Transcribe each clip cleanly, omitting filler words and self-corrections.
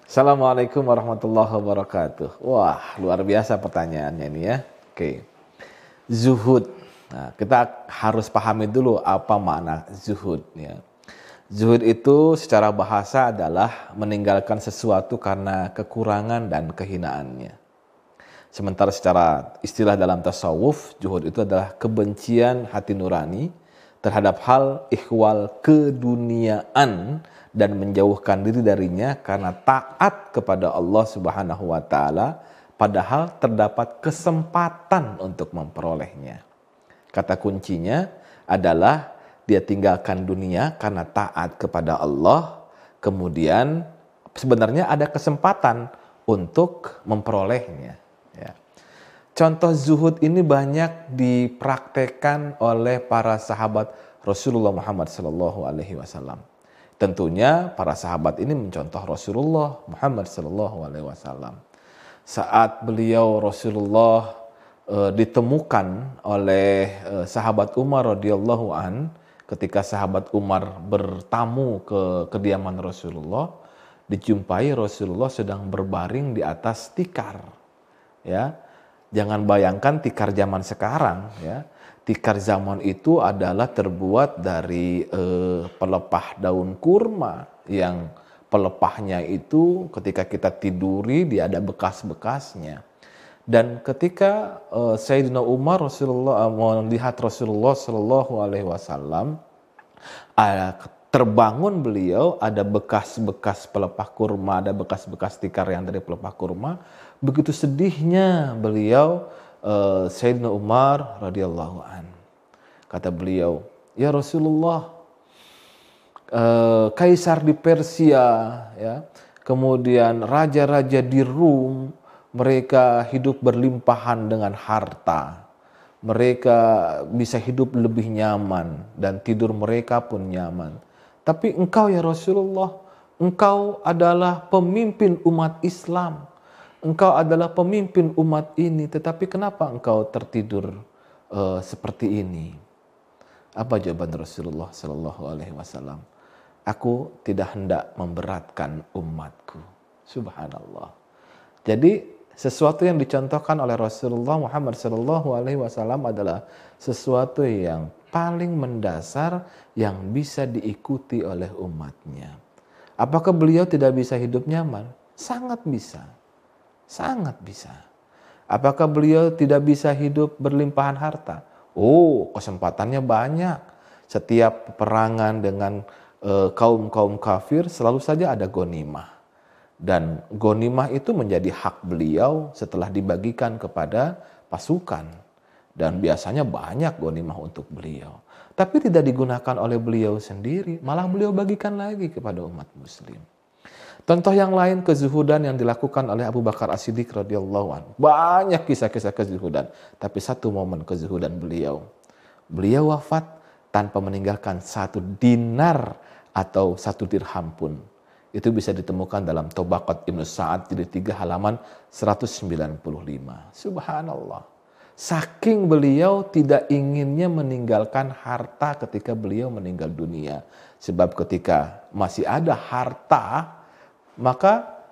Assalamualaikum warahmatullahi wabarakatuh. Wah, luar biasa pertanyaannya ini ya. Oke. Zuhud. Nah, kita harus pahami dulu apa makna zuhud ya. Zuhud itu secara bahasa adalah meninggalkan sesuatu karena kekurangan dan kehinaannya. Sementara secara istilah dalam tasawuf, zuhud itu adalah kebencian hati nurani terhadap hal ihwal keduniaan dan menjauhkan diri darinya karena taat kepada Allah Subhanahu wa taala padahal terdapat kesempatan untuk memperolehnya. Kata kuncinya adalah dia tinggalkan dunia karena taat kepada Allah, kemudian sebenarnya ada kesempatan untuk memperolehnya. Ya. Contoh zuhud ini banyak dipraktekkan oleh para sahabat Rasulullah Muhammad SAW. Tentunya para sahabat ini mencontoh Rasulullah Muhammad SAW. Saat beliau Rasulullah ditemukan oleh sahabat Umar radhiyallahu an, ketika sahabat Umar bertamu ke kediaman Rasulullah, dijumpai Rasulullah sedang berbaring di atas tikar. Ya, jangan bayangkan tikar zaman sekarang. Ya, tikar zaman itu adalah terbuat dari pelepah daun kurma yang pelepahnya itu ketika kita tiduri dia ada bekas-bekasnya. Dan ketika Sayyidina Umar melihat Rasulullah Shallallahu Alaihi Wasallam, terbangun beliau, ada bekas-bekas pelepah kurma, ada bekas-bekas tikar yang dari pelepah kurma. Begitu sedihnya beliau, Sayyidina Umar radhiyallahu an. Kata beliau, ya Rasulullah, kaisar di Persia, ya, kemudian raja-raja di Rum, mereka hidup berlimpahan dengan harta. Mereka bisa hidup lebih nyaman dan tidur mereka pun nyaman. Tapi engkau ya Rasulullah, engkau adalah pemimpin umat Islam. Engkau adalah pemimpin umat ini, tetapi kenapa engkau tertidur seperti ini? Apa jawaban Rasulullah Sallallahu Alaihi Wasallam? Aku tidak hendak memberatkan umatku. Subhanallah. Jadi sesuatu yang dicontohkan oleh Rasulullah Muhammad Sallallahu Alaihi Wasallam adalah sesuatu yang paling mendasar yang bisa diikuti oleh umatnya. Apakah beliau tidak bisa hidup nyaman? Sangat bisa. Sangat bisa. Apakah beliau tidak bisa hidup berlimpahan harta? Oh, kesempatannya banyak. Setiap peperangan dengan kaum-kaum kafir selalu saja ada ghanimah. Dan ghanimah itu menjadi hak beliau setelah dibagikan kepada pasukan. Dan biasanya banyak ghanimah untuk beliau. Tapi tidak digunakan oleh beliau sendiri, malah beliau bagikan lagi kepada umat muslim. Contoh yang lain kezuhudan yang dilakukan oleh Abu Bakar As-Siddiq radhiyallahu anhu. Banyak kisah-kisah kezuhudan, tapi satu momen kezuhudan beliau. Beliau wafat tanpa meninggalkan 1 dinar atau 1 dirham pun. Itu bisa ditemukan dalam Tabaqat Ibnu Sa'ad jilid 3 halaman 195. Subhanallah. Saking beliau tidak inginnya meninggalkan harta ketika beliau meninggal dunia. Sebab ketika masih ada harta, maka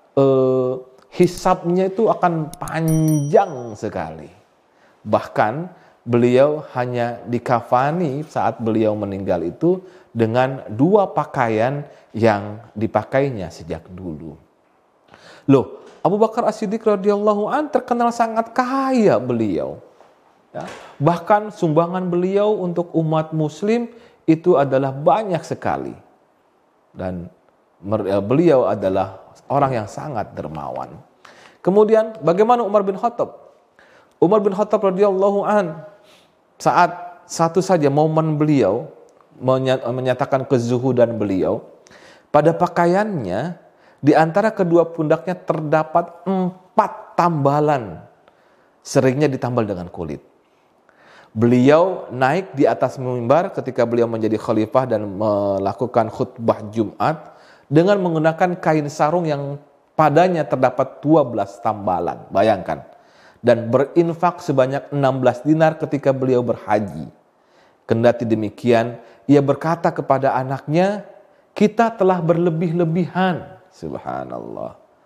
hisabnya itu akan panjang sekali. Bahkan beliau hanya dikafani saat beliau meninggal itu dengan 2 pakaian yang dipakainya sejak dulu. Loh, Abu Bakar As-Siddiq radhiyallahu an terkenal sangat kaya beliau. Ya, bahkan sumbangan beliau untuk umat muslim itu adalah banyak sekali. Dan beliau adalah orang yang sangat dermawan. Kemudian bagaimana Umar bin Khattab? Umar bin Khattab radhiyallahu an, saat satu saja momen beliau menyatakan kezuhudan beliau, pada pakaiannya di antara kedua pundaknya terdapat 4 tambalan, seringnya ditambal dengan kulit. Beliau naik di atas mimbar ketika beliau menjadi khalifah dan melakukan khutbah Jumat dengan menggunakan kain sarung yang padanya terdapat 12 tambalan. Bayangkan. Dan berinfak sebanyak 16 dinar ketika beliau berhaji. Kendati demikian, ia berkata kepada anaknya, kita telah berlebih-lebihan. Subhanallah.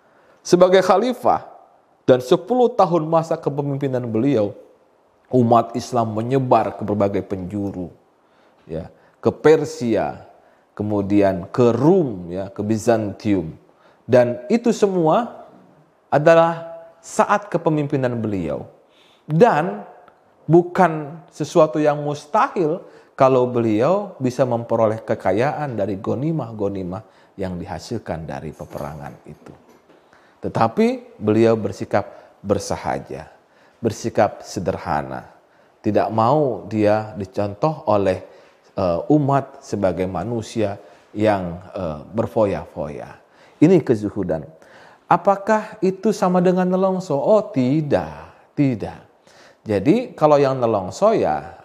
sebagai khalifah dan 10 tahun masa kepemimpinan beliau, umat Islam menyebar ke berbagai penjuru, ya, ke Persia, kemudian ke Rum, ya, ke Bizantium, dan itu semua adalah saat kepemimpinan beliau. Dan bukan sesuatu yang mustahil kalau beliau bisa memperoleh kekayaan dari gonimah-gonimah yang dihasilkan dari peperangan itu. Tetapi beliau bersikap bersahaja, bersikap sederhana. Tidak mau dia dicontoh oleh umat sebagai manusia yang berfoya-foya. Ini kezuhudan. Apakah itu sama dengan nelongso? Oh tidak, tidak. Jadi kalau yang nelongso ya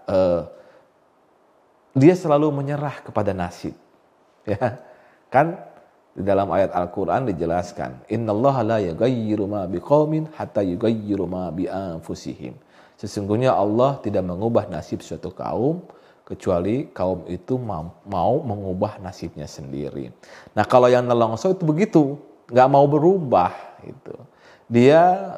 dia selalu menyerah kepada nasib. Ya, kan di dalam ayat Al-Quran dijelaskan, innallaha la yughayyiru ma biqaumin hatta yughayyiru ma bi anfusihim. Sesungguhnya Allah tidak mengubah nasib suatu kaum kecuali kaum itu mau mengubah nasibnya sendiri. Nah, kalau yang nelongso itu begitu, nggak mau berubah itu. Dia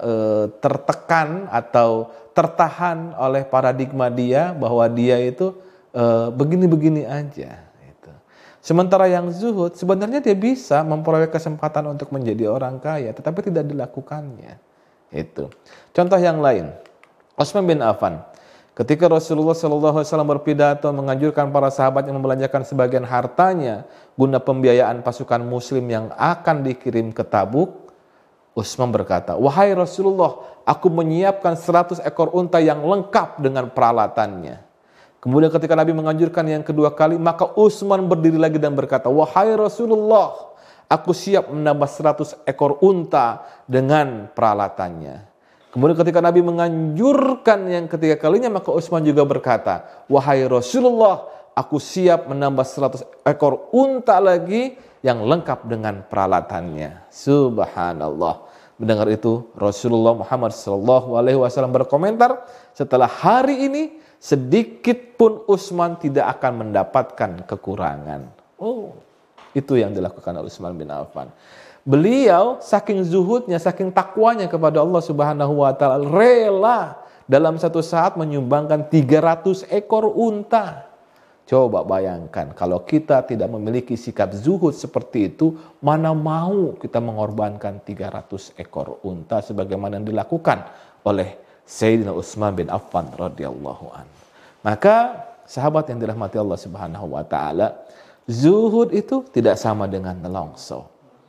tertekan atau tertahan oleh paradigma dia bahwa dia itu begini-begini aja. Sementara yang zuhud sebenarnya dia bisa memperoleh kesempatan untuk menjadi orang kaya, tetapi tidak dilakukannya. Itu. Contoh yang lain, Utsman bin Affan. Ketika Rasulullah SAW berpidato menganjurkan para sahabat yang membelanjakan sebagian hartanya guna pembiayaan pasukan Muslim yang akan dikirim ke Tabuk, Utsman berkata, wahai Rasulullah, aku menyiapkan 100 ekor unta yang lengkap dengan peralatannya. Kemudian ketika Nabi menganjurkan yang kedua kali, maka Utsman berdiri lagi dan berkata, wahai Rasulullah, aku siap menambah 100 ekor unta dengan peralatannya. Kemudian ketika Nabi menganjurkan yang ketiga kalinya, maka Utsman juga berkata, wahai Rasulullah, aku siap menambah 100 ekor unta lagi yang lengkap dengan peralatannya. Subhanallah. Mendengar itu, Rasulullah Muhammad SAW berkomentar, setelah hari ini, sedikit pun Utsman tidak akan mendapatkan kekurangan. Oh, itu yang dilakukan oleh Utsman bin Affan. Beliau saking zuhudnya, saking takwanya kepada Allah Subhanahu wa taala, rela dalam satu saat menyumbangkan 300 ekor unta. Coba bayangkan kalau kita tidak memiliki sikap zuhud seperti itu, mana mau kita mengorbankan 300 ekor unta sebagaimana yang dilakukan oleh Sayyidina Utsman bin Affan radhiyallahu anhu. Maka sahabat yang dirahmati Allah Subhanahu wa taala, zuhud itu tidak sama dengan nelongso.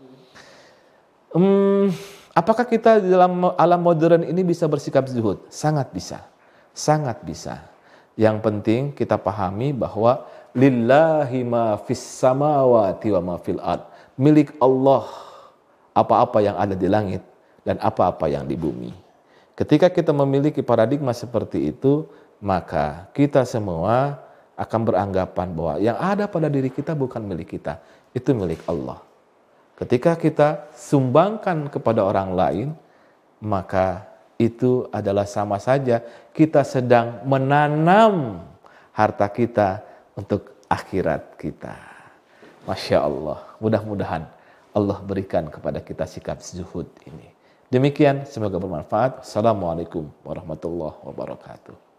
Apakah kita di dalam alam modern ini bisa bersikap zuhud? Sangat bisa. Sangat bisa. Yang penting kita pahami bahwa lillahi ma fis samawati wa ma fil ard. Milik Allah apa-apa yang ada di langit dan apa-apa yang di bumi. Ketika kita memiliki paradigma seperti itu, maka kita semua akan beranggapan bahwa yang ada pada diri kita bukan milik kita, itu milik Allah. Ketika kita sumbangkan kepada orang lain, maka itu adalah sama saja kita sedang menanam harta kita untuk akhirat kita. Masya Allah, mudah-mudahan Allah berikan kepada kita sikap zuhud ini. Demikian, semoga bermanfaat. Assalamualaikum warahmatullahi wabarakatuh.